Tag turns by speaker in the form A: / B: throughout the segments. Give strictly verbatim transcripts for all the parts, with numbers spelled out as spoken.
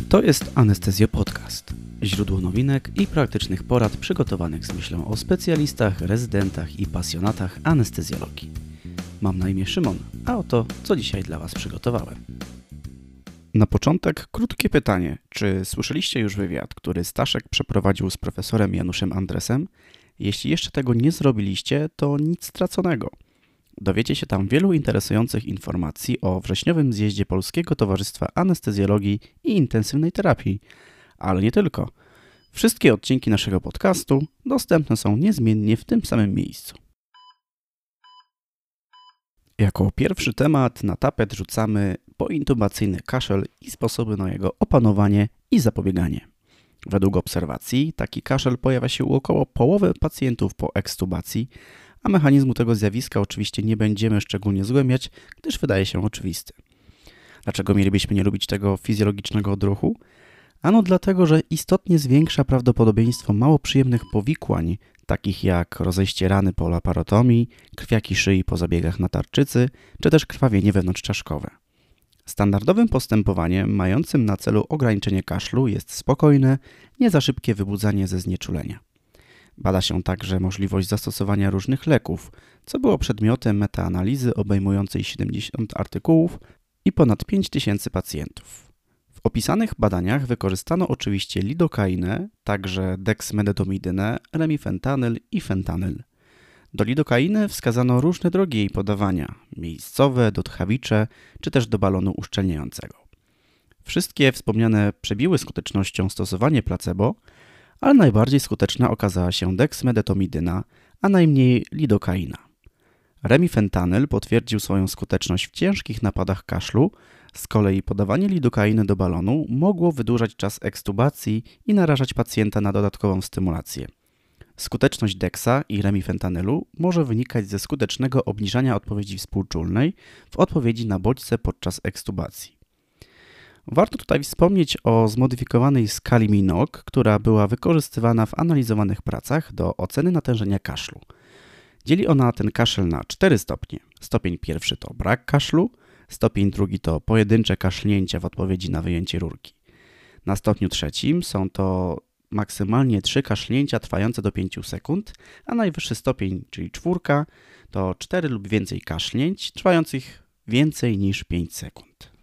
A: To jest Anestezjo Podcast, źródło nowinek i praktycznych porad przygotowanych z myślą o specjalistach, rezydentach i pasjonatach anestezjologii. Mam na imię Szymon, a oto co dzisiaj dla Was przygotowałem. Na początek krótkie pytanie. Czy słyszeliście już wywiad, który Staszek przeprowadził z profesorem Januszem Andresem? Jeśli jeszcze tego nie zrobiliście, to nic straconego. Dowiecie się tam wielu interesujących informacji o wrześniowym zjeździe Polskiego Towarzystwa Anestezjologii i Intensywnej Terapii, ale nie tylko. Wszystkie odcinki naszego podcastu dostępne są niezmiennie w tym samym miejscu. Jako pierwszy temat na tapet rzucamy pointubacyjny kaszel i sposoby na jego opanowanie i zapobieganie. Według obserwacji taki kaszel pojawia się u około połowy pacjentów po ekstubacji, a mechanizmu tego zjawiska oczywiście nie będziemy szczególnie zgłębiać, gdyż wydaje się oczywisty. Dlaczego mielibyśmy nie lubić tego fizjologicznego odruchu? Ano dlatego, że istotnie zwiększa prawdopodobieństwo mało przyjemnych powikłań, takich jak rozejście rany po laparotomii, krwiaki szyi po zabiegach na tarczycy, czy też krwawienie wewnątrzczaszkowe. Standardowym postępowaniem mającym na celu ograniczenie kaszlu jest spokojne, nie za szybkie wybudzanie ze znieczulenia. Bada się także możliwość zastosowania różnych leków, co było przedmiotem metaanalizy obejmującej siedemdziesiąt artykułów i ponad pięć tysięcy pacjentów. W opisanych badaniach wykorzystano oczywiście lidokainę, także dexmedetomidynę, remifentanyl i fentanyl. Do lidokainy wskazano różne drogi jej podawania, miejscowe, dotchawicze, czy też do balonu uszczelniającego. Wszystkie wspomniane przebiły skutecznością stosowanie placebo, ale najbardziej skuteczna okazała się dexmedetomidyna, a najmniej lidokaina. Remifentanyl potwierdził swoją skuteczność w ciężkich napadach kaszlu, z kolei podawanie lidokainy do balonu mogło wydłużać czas ekstubacji i narażać pacjenta na dodatkową stymulację. Skuteczność deksa i remifentanylu może wynikać ze skutecznego obniżania odpowiedzi współczulnej w odpowiedzi na bodźce podczas ekstubacji. Warto tutaj wspomnieć o zmodyfikowanej skali Minogue, która była wykorzystywana w analizowanych pracach do oceny natężenia kaszlu. Dzieli ona ten kaszel na cztery stopnie. Stopień pierwszy to brak kaszlu, stopień drugi to pojedyncze kaszlnięcia w odpowiedzi na wyjęcie rurki. Na stopniu trzecim są to maksymalnie trzy kaszlnięcia trwające do pięciu sekund, a najwyższy stopień, czyli czwórka, to cztery lub więcej kaszlnięć trwających więcej niż pięć sekund.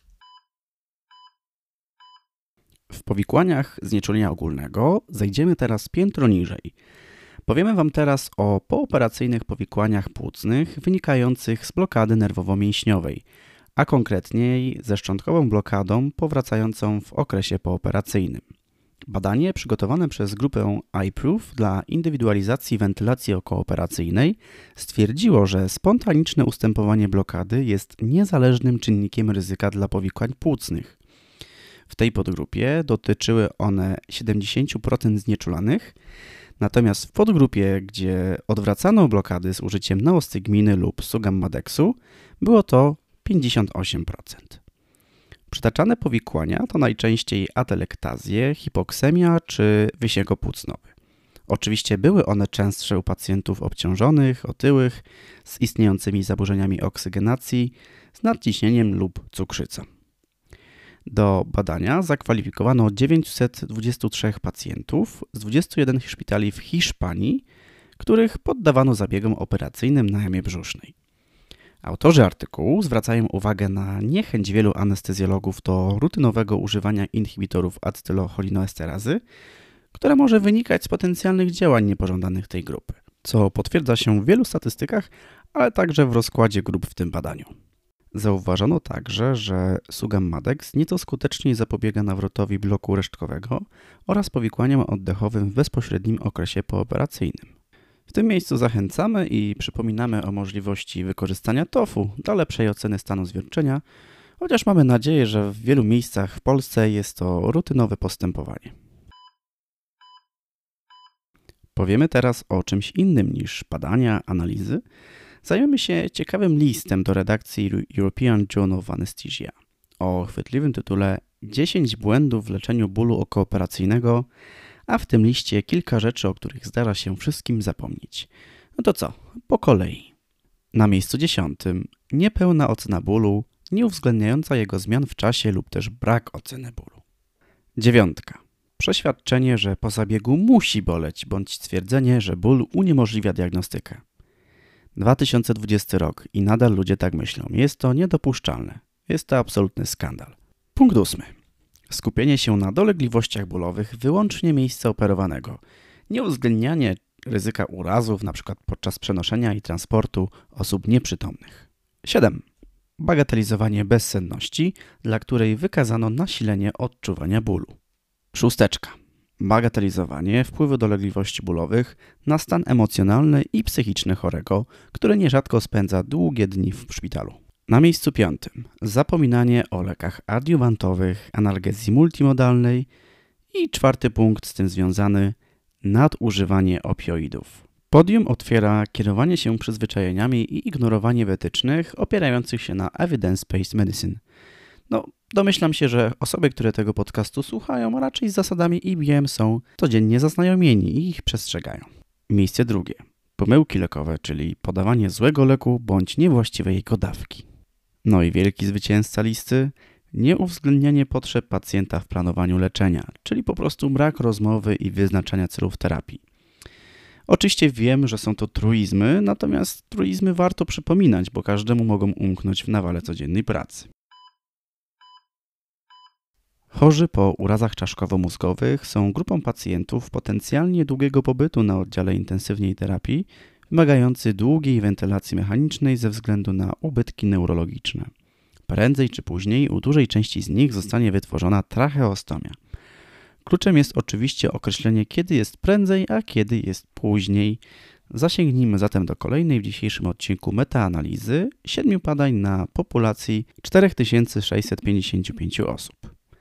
A: W powikłaniach znieczulenia ogólnego zejdziemy teraz piętro niżej. Powiemy Wam teraz o pooperacyjnych powikłaniach płucnych wynikających z blokady nerwowo-mięśniowej, a konkretniej ze szczątkową blokadą powracającą w okresie pooperacyjnym. Badanie przygotowane przez grupę iProof dla indywidualizacji wentylacji okooperacyjnej stwierdziło, że spontaniczne ustępowanie blokady jest niezależnym czynnikiem ryzyka dla powikłań płucnych. W tej podgrupie dotyczyły one siedemdziesiąt procent znieczulanych, natomiast w podgrupie, gdzie odwracano blokady z użyciem neostygminy lub sugammadexu, było to pięćdziesiąt osiem procent. Przytaczane powikłania to najczęściej atelektazje, hipoksemia czy wysięg opłucnowy. Oczywiście były one częstsze u pacjentów obciążonych, otyłych, z istniejącymi zaburzeniami oksygenacji, z nadciśnieniem lub cukrzycą. Do badania zakwalifikowano dziewięćset dwudziestu trzech pacjentów z dwudziestu jeden szpitali w Hiszpanii, których poddawano zabiegom operacyjnym na jamie brzusznej. Autorzy artykułu zwracają uwagę na niechęć wielu anestezjologów do rutynowego używania inhibitorów acetylcholinoesterazy, która może wynikać z potencjalnych działań niepożądanych tej grupy, co potwierdza się w wielu statystykach, ale także w rozkładzie grup w tym badaniu. Zauważono także, że sugammadex nieco skuteczniej zapobiega nawrotowi bloku resztkowego oraz powikłaniom oddechowym w bezpośrednim okresie pooperacyjnym. W tym miejscu zachęcamy i przypominamy o możliwości wykorzystania tofu dla lepszej oceny stanu zwierczenia, chociaż mamy nadzieję, że w wielu miejscach w Polsce jest to rutynowe postępowanie. Powiemy teraz o czymś innym niż badania, analizy. Zajmiemy się ciekawym listem do redakcji European Journal of Anesthesia o chwytliwym tytule dziesięć błędów w leczeniu bólu okooperacyjnego, a w tym liście kilka rzeczy, o których zdarza się wszystkim zapomnieć. No to co? Po kolei. Na miejscu dziesiątym niepełna ocena bólu, nieuwzględniająca jego zmian w czasie lub też brak oceny bólu. Dziewiątka. Przeświadczenie, że po zabiegu musi boleć, bądź stwierdzenie, że ból uniemożliwia diagnostykę. dwa tysiące dwudziesty rok i nadal ludzie tak myślą. Jest to niedopuszczalne. Jest to absolutny skandal. Punkt ósmy. Skupienie się na dolegliwościach bólowych wyłącznie miejsca operowanego. Nieuwzględnianie ryzyka urazów, np. podczas przenoszenia i transportu osób nieprzytomnych. siedem. Bagatelizowanie bezsenności, dla której wykazano nasilenie odczuwania bólu. Szósteczka. Bagatelizowanie wpływu dolegliwości bólowych na stan emocjonalny i psychiczny chorego, który nierzadko spędza długie dni w szpitalu. Na miejscu piątym. Zapominanie o lekach adiuwantowych, analgezji multimodalnej i czwarty punkt z tym związany – nadużywanie opioidów. Podium otwiera kierowanie się przyzwyczajeniami i ignorowanie wytycznych opierających się na evidence-based medicine. No, domyślam się, że osoby, które tego podcastu słuchają, raczej z zasadami E B M są codziennie zaznajomieni i ich przestrzegają. Miejsce drugie. Pomyłki lekowe, czyli podawanie złego leku bądź niewłaściwej jego dawki. No i wielki zwycięzca listy – nieuwzględnianie potrzeb pacjenta w planowaniu leczenia, czyli po prostu brak rozmowy i wyznaczania celów terapii. Oczywiście wiem, że są to truizmy, natomiast truizmy warto przypominać, bo każdemu mogą umknąć w nawale codziennej pracy. Chorzy po urazach czaszkowo-mózgowych są grupą pacjentów potencjalnie długiego pobytu na oddziale intensywnej terapii, wymagający długiej wentylacji mechanicznej ze względu na ubytki neurologiczne. Prędzej czy później u dużej części z nich zostanie wytworzona tracheostomia. Kluczem jest oczywiście określenie, kiedy jest prędzej, a kiedy jest później. Zasięgnijmy zatem do kolejnej w dzisiejszym odcinku metaanalizy siedmiu badań na populacji cztery tysiące sześćset pięćdziesiąt pięć osób.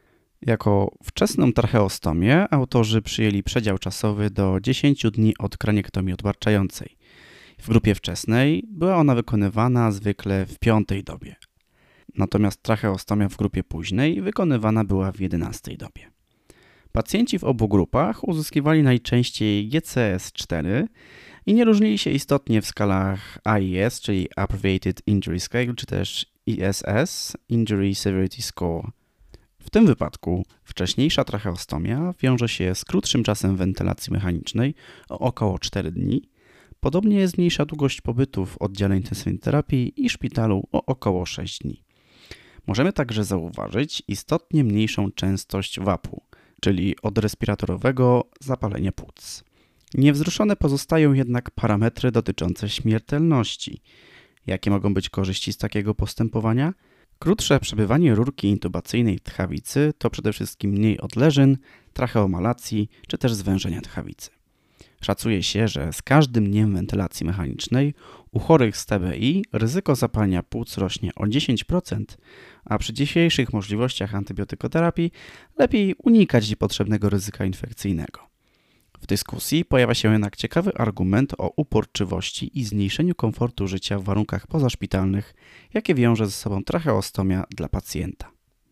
A: Jako wczesną tracheostomię autorzy przyjęli przedział czasowy do dziesięć dni od kraniektomii odbarczającej. W grupie wczesnej była ona wykonywana zwykle w piątej dobie. Natomiast tracheostomia w grupie późnej wykonywana była w jedenastej dobie. Pacjenci w obu grupach uzyskiwali najczęściej G C S cztery i nie różnili się istotnie w skalach A I S, czyli Abbreviated Injury Scale, czy też I S S, Injury Severity Score. W tym wypadku wcześniejsza tracheostomia wiąże się z krótszym czasem wentylacji mechanicznej o około cztery dni. Podobnie jest mniejsza długość pobytu w oddziale intensywnej terapii i szpitalu o około sześć dni. Możemy także zauważyć istotnie mniejszą częstość W A P-u, czyli odrespiratorowego zapalenia płuc. Niewzruszone pozostają jednak parametry dotyczące śmiertelności. Jakie mogą być korzyści z takiego postępowania? Krótsze przebywanie rurki intubacyjnej tchawicy to przede wszystkim mniej odleżyn, tracheomalacji czy też zwężenia tchawicy. Szacuje się, że z każdym dniem wentylacji mechanicznej u chorych z T B I ryzyko zapalenia płuc rośnie o dziesięć procent, a przy dzisiejszych możliwościach antybiotykoterapii lepiej unikać niepotrzebnego ryzyka infekcyjnego. W dyskusji pojawia się jednak ciekawy argument o uporczywości i zmniejszeniu komfortu życia w warunkach pozaszpitalnych, jakie wiąże ze sobą tracheostomia dla pacjenta.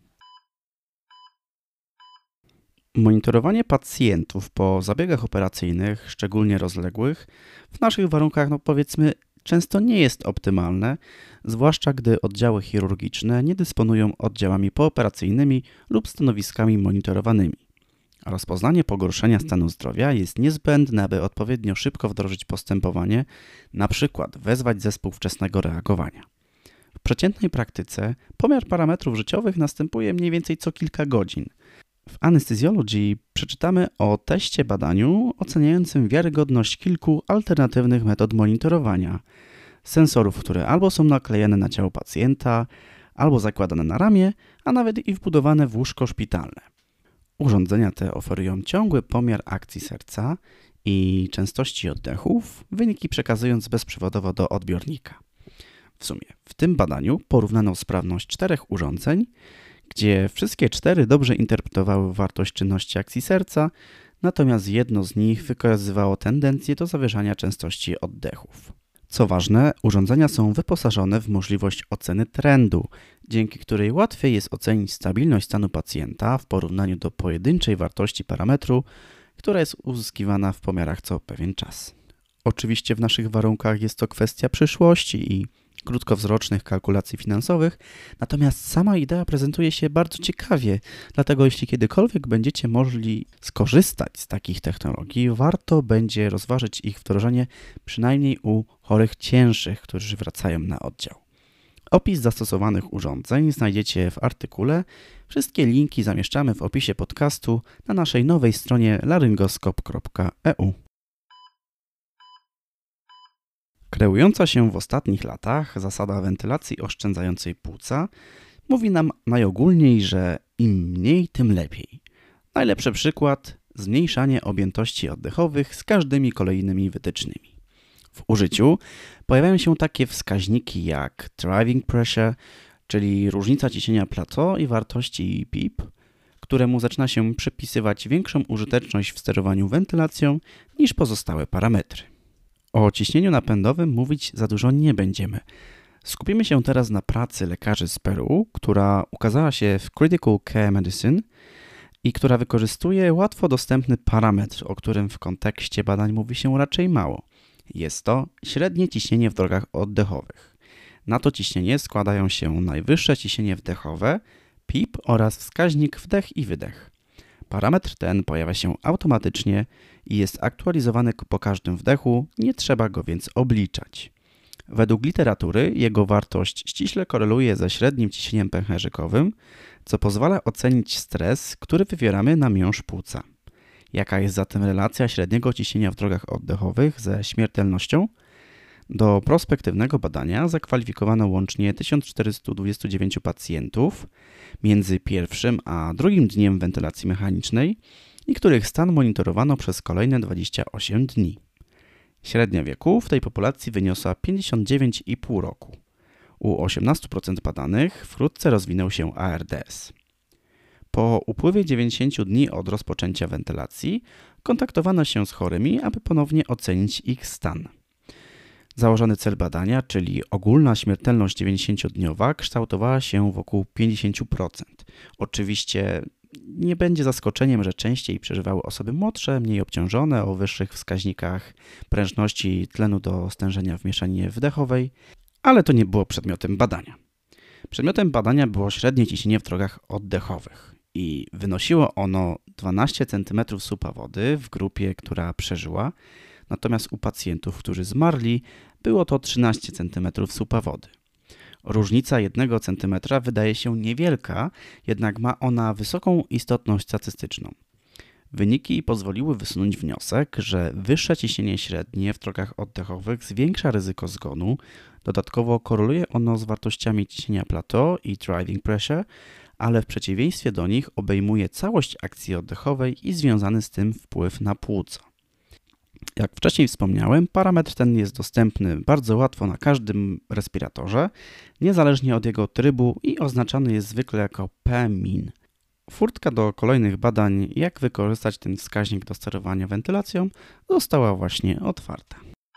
A: Monitorowanie pacjentów po zabiegach operacyjnych, szczególnie rozległych, w naszych warunkach, no powiedzmy, często nie jest optymalne, zwłaszcza gdy oddziały chirurgiczne nie dysponują oddziałami pooperacyjnymi lub stanowiskami monitorowanymi. Rozpoznanie pogorszenia stanu zdrowia jest niezbędne, aby odpowiednio szybko wdrożyć postępowanie, na przykład wezwać zespół wczesnego reagowania. W przeciętnej praktyce pomiar parametrów życiowych następuje mniej więcej co kilka godzin. W Anesthesiology przeczytamy o teście badaniu oceniającym wiarygodność kilku alternatywnych metod monitorowania. Sensorów, które albo są naklejane na ciało pacjenta, albo zakładane na ramię, a nawet i wbudowane w łóżko szpitalne. Urządzenia te oferują ciągły pomiar akcji serca i częstości oddechów, wyniki przekazując bezprzewodowo do odbiornika. W sumie w tym badaniu porównano sprawność czterech urządzeń, gdzie wszystkie cztery dobrze interpretowały wartość czynności akcji serca, natomiast jedno z nich wykazywało tendencję do zawyżania częstości oddechów. Co ważne, urządzenia są wyposażone w możliwość oceny trendu, dzięki której łatwiej jest ocenić stabilność stanu pacjenta w porównaniu do pojedynczej wartości parametru, która jest uzyskiwana w pomiarach co pewien czas. Oczywiście w naszych warunkach jest to kwestia przyszłości i krótkowzrocznych kalkulacji finansowych, natomiast sama idea prezentuje się bardzo ciekawie, dlatego jeśli kiedykolwiek będziecie mogli skorzystać z takich technologii, warto będzie rozważyć ich wdrożenie przynajmniej u chorych cięższych, którzy wracają na oddział. Opis zastosowanych urządzeń znajdziecie w artykule. Wszystkie linki zamieszczamy w opisie podcastu na naszej nowej stronie laryngoskop kropka e u. Kreująca się w ostatnich latach zasada wentylacji oszczędzającej płuca mówi nam najogólniej, że im mniej, tym lepiej. Najlepszy przykład – zmniejszanie objętości oddechowych z każdymi kolejnymi wytycznymi. W użyciu pojawiają się takie wskaźniki jak driving pressure, czyli różnica ciśnienia plateau i wartości P I P, któremu zaczyna się przypisywać większą użyteczność w sterowaniu wentylacją niż pozostałe parametry. O ciśnieniu napędowym mówić za dużo nie będziemy. Skupimy się teraz na pracy lekarzy z Peru, która ukazała się w Critical Care Medicine i która wykorzystuje łatwo dostępny parametr, o którym w kontekście badań mówi się raczej mało. Jest to średnie ciśnienie w drogach oddechowych. Na to ciśnienie składają się najwyższe ciśnienie wdechowe, P I P oraz wskaźnik wdech i wydech. Parametr ten pojawia się automatycznie i jest aktualizowany po każdym wdechu, nie trzeba go więc obliczać. Według literatury jego wartość ściśle koreluje ze średnim ciśnieniem pęcherzykowym, co pozwala ocenić stres, który wywieramy na miąższ płuca. Jaka jest zatem relacja średniego ciśnienia w drogach oddechowych ze śmiertelnością? Do prospektywnego badania zakwalifikowano łącznie tysiąc czterysta dwadzieścia dziewięć pacjentów między pierwszym a drugim dniem wentylacji mechanicznej i których stan monitorowano przez kolejne dwadzieścia osiem dni. Średnia wieku w tej populacji wyniosła pięćdziesiąt dziewięć i pół roku. U osiemnaście procent badanych wkrótce rozwinął się A R D S. Po upływie dziewięćdziesięciu dni od rozpoczęcia wentylacji kontaktowano się z chorymi, aby ponownie ocenić ich stan. Założony cel badania, czyli ogólna śmiertelność dziewięćdziesięciodniowa, kształtowała się wokół pięćdziesiąt procent. Oczywiście nie będzie zaskoczeniem, że częściej przeżywały osoby młodsze, mniej obciążone, o wyższych wskaźnikach prężności tlenu do stężenia w mieszaninie wdechowej, ale to nie było przedmiotem badania. Przedmiotem badania było średnie ciśnienie w drogach oddechowych i wynosiło ono dwanaście centymetrów słupa wody w grupie, która przeżyła, natomiast u pacjentów, którzy zmarli, było to trzynaście centymetrów słupa wody. Różnica jednego centymetra wydaje się niewielka, jednak ma ona wysoką istotność statystyczną. Wyniki pozwoliły wysunąć wniosek, że wyższe ciśnienie średnie w drogach oddechowych zwiększa ryzyko zgonu, dodatkowo koreluje ono z wartościami ciśnienia plateau i driving pressure, ale w przeciwieństwie do nich obejmuje całość akcji oddechowej i związany z tym wpływ na płuca. Jak wcześniej wspomniałem, parametr ten jest dostępny bardzo łatwo na każdym respiratorze, niezależnie od jego trybu i oznaczany jest zwykle jako P min. Furtka do kolejnych badań, jak wykorzystać ten wskaźnik do sterowania wentylacją, została właśnie otwarta.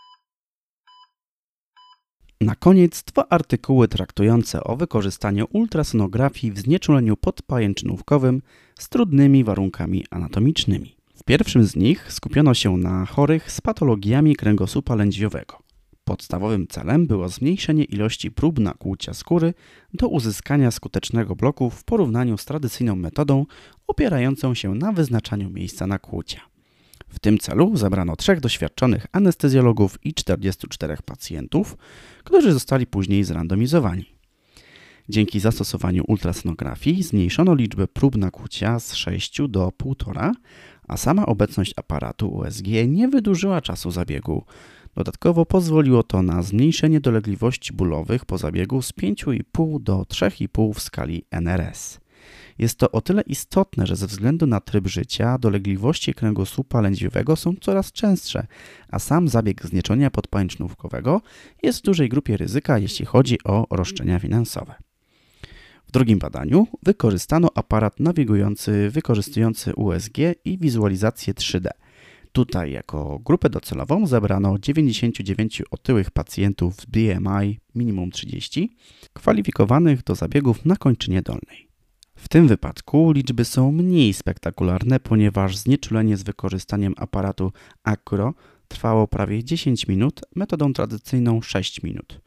A: Na koniec dwa artykuły traktujące o wykorzystaniu ultrasonografii w znieczuleniu podpajęczynówkowym z trudnymi warunkami anatomicznymi. W pierwszym z nich skupiono się na chorych z patologiami kręgosłupa lędźwiowego. Podstawowym celem było zmniejszenie ilości prób nakłucia skóry do uzyskania skutecznego bloku w porównaniu z tradycyjną metodą opierającą się na wyznaczaniu miejsca nakłucia. W tym celu zebrano trzech doświadczonych anestezjologów i czterdziestu czterech pacjentów, którzy zostali później zrandomizowani. Dzięki zastosowaniu ultrasonografii zmniejszono liczbę prób nakłucia z sześciu do półtora, a sama obecność aparatu U S G nie wydłużyła czasu zabiegu. Dodatkowo pozwoliło to na zmniejszenie dolegliwości bólowych po zabiegu z pięciu i pół do trzech i pół w skali N R S. Jest to o tyle istotne, że ze względu na tryb życia dolegliwości kręgosłupa lędźwiowego są coraz częstsze, a sam zabieg znieczulenia podpajęczynówkowego jest w dużej grupie ryzyka, jeśli chodzi o roszczenia finansowe. W drugim badaniu wykorzystano aparat nawigujący wykorzystujący U S G i wizualizację trzy D. Tutaj jako grupę docelową zebrano dziewięćdziesięciu dziewięciu otyłych pacjentów z B M I minimum trzydzieści, kwalifikowanych do zabiegów na kończynie dolnej. W tym wypadku liczby są mniej spektakularne, ponieważ znieczulenie z wykorzystaniem aparatu Accuro trwało prawie dziesięć minut, metodą tradycyjną sześć minut.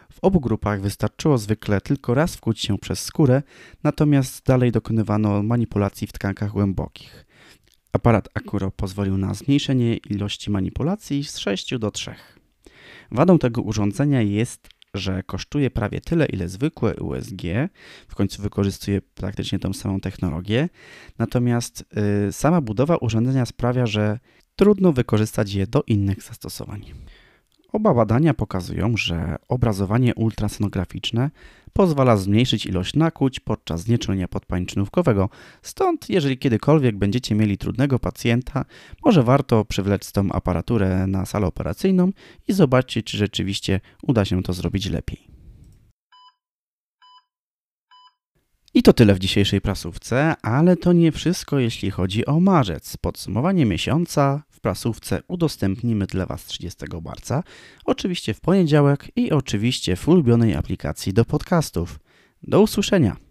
A: W obu grupach wystarczyło zwykle tylko raz wkuć się przez skórę, natomiast dalej dokonywano manipulacji w tkankach głębokich. Aparat Accuro pozwolił na zmniejszenie ilości manipulacji z sześciu do trzech. Wadą tego urządzenia jest, że kosztuje prawie tyle, ile zwykłe U S G, w końcu wykorzystuje praktycznie tą samą technologię, natomiast y, sama budowa urządzenia sprawia, że trudno wykorzystać je do innych zastosowań. Oba badania pokazują, że obrazowanie ultrasonograficzne pozwala zmniejszyć ilość nakłuć podczas znieczulenia podpańczynówkowego, stąd jeżeli kiedykolwiek będziecie mieli trudnego pacjenta, może warto przywlec tą aparaturę na salę operacyjną i zobaczyć, czy rzeczywiście uda się to zrobić lepiej. I to tyle w dzisiejszej prasówce, ale to nie wszystko, jeśli chodzi o marzec. Podsumowanie miesiąca w prasówce udostępnimy dla Was trzydziestego marca, oczywiście w poniedziałek i oczywiście w ulubionej aplikacji do podcastów. Do usłyszenia!